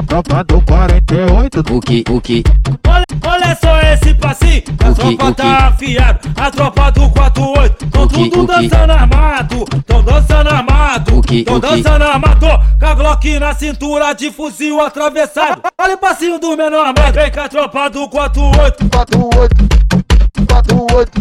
tropa do 48. O que? Olha só esse passinho, a tropa tá afiada. A tropa do 48, tão tudo dançando armado. Tão dançando armado, tão dançando armado. Com a Glock na cintura, de fuzil atravessado. Olha o passinho do menor armado. Vem com a tropa do 48. 48.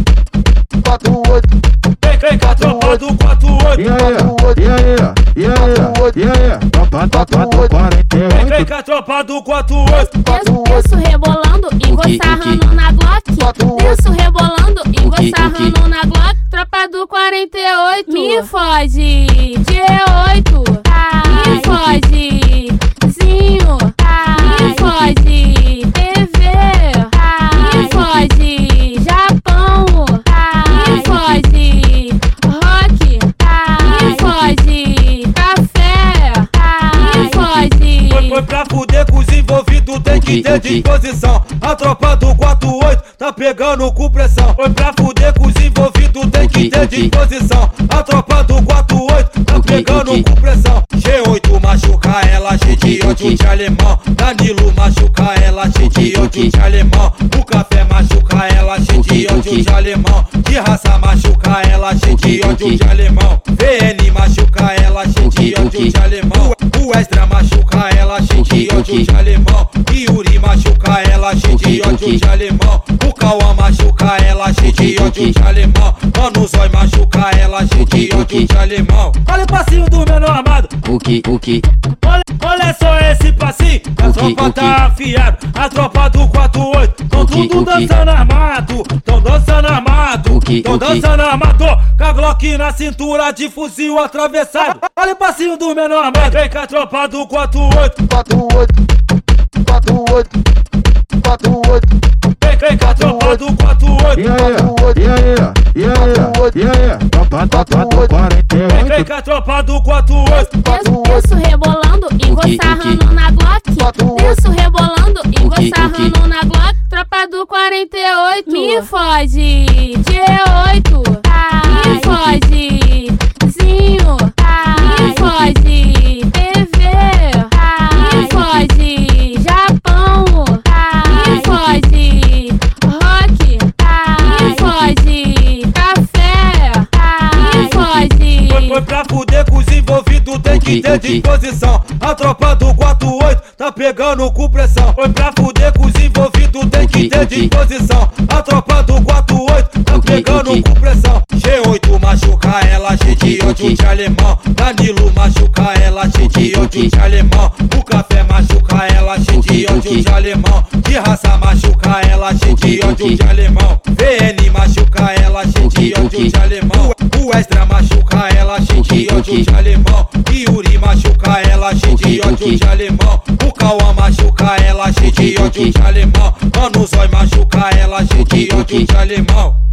Vem com a tropa do 48. E aí, tropa do 48. Vem com a tropa do 48. Desço rebolando e vou sarrando na Glock. Desço rebolando e vou sarrando na Glock. Tropa do 48. Me fode, G8. Me fode, Zinho. Me fode, PV. Me fode, Japão. Me fode, Rock. Me fode, Café. Me fode. Foi pra fuder com os envolvidos, tem que ter disposição. A tropa do 48 tá pegando com pressão. Foi pra fuder com os envolvidos, tem que ter disposição. A tropa do 48 tá pegando com pressão. G8 machuca ela, cheio de ódio de alemão. Danilo machuca ela, cheio de ódio de alemão. O Café machuca ela, cheio de ódio de alemão. De raça machuca ela, cheio de ódio de alemão. VN machuca ela, cheio de ódio de alemão. O Extra machuca ela, cheio de ódio de alemão. Yuri machuca ela, cheio de ódio de alemão. O Cauã machuca ela, cheio de ódio de alemão. Mano Zói machuca ela, cheio de ódio de alemão. Olha o passinho do menor armado. O que? Olha só esse passinho, a tropa tá afiada. A tropa do 48, tão tudo dançando armado. Tão dançando armado, tão dançando armado. Com a Glock na cintura, de fuzil atravessado. Olha o passinho do menor armado. Vem com a tropa do 48. 48. Vem com a tropa do 48. E aí, tropa do 48. Vem com a tropa do 48. Desço rebolando e vou sarrando na Glock. Desço rebolando e vou sarrando na Glock. Tropa do 48. Me fode, G8. Me fode, Zinho. Me fode, PV. Me fode, Japão. Me fode, Rock. Me fode, Café. Me fode. Foi pra fuder com os envolvidos, tem que ter disposição. A tropa do 48 tá pegando com pressão. Foi pra fuder com os envolvidos, tem que ter disposição. A tropa do 48 tá pegando com pressão. G8 machuca ela, cheio de ódio de alemão. Danilo machuca ela, cheio de ódio de alemão. O Café machuca ela, cheio de ódio de alemão. De raça machuca ela, cheio de ódio de alemão. VN machuca ela, cheio de ódio de alemão. O Extra machuca ela, cheio de ódio de alemão. Yuri machuca ela, cheio de ódio de alemão. O Cauã machuca ela, cheio de ódio de alemão. Mano Zói machuca ela, cheio de ódio de alemão.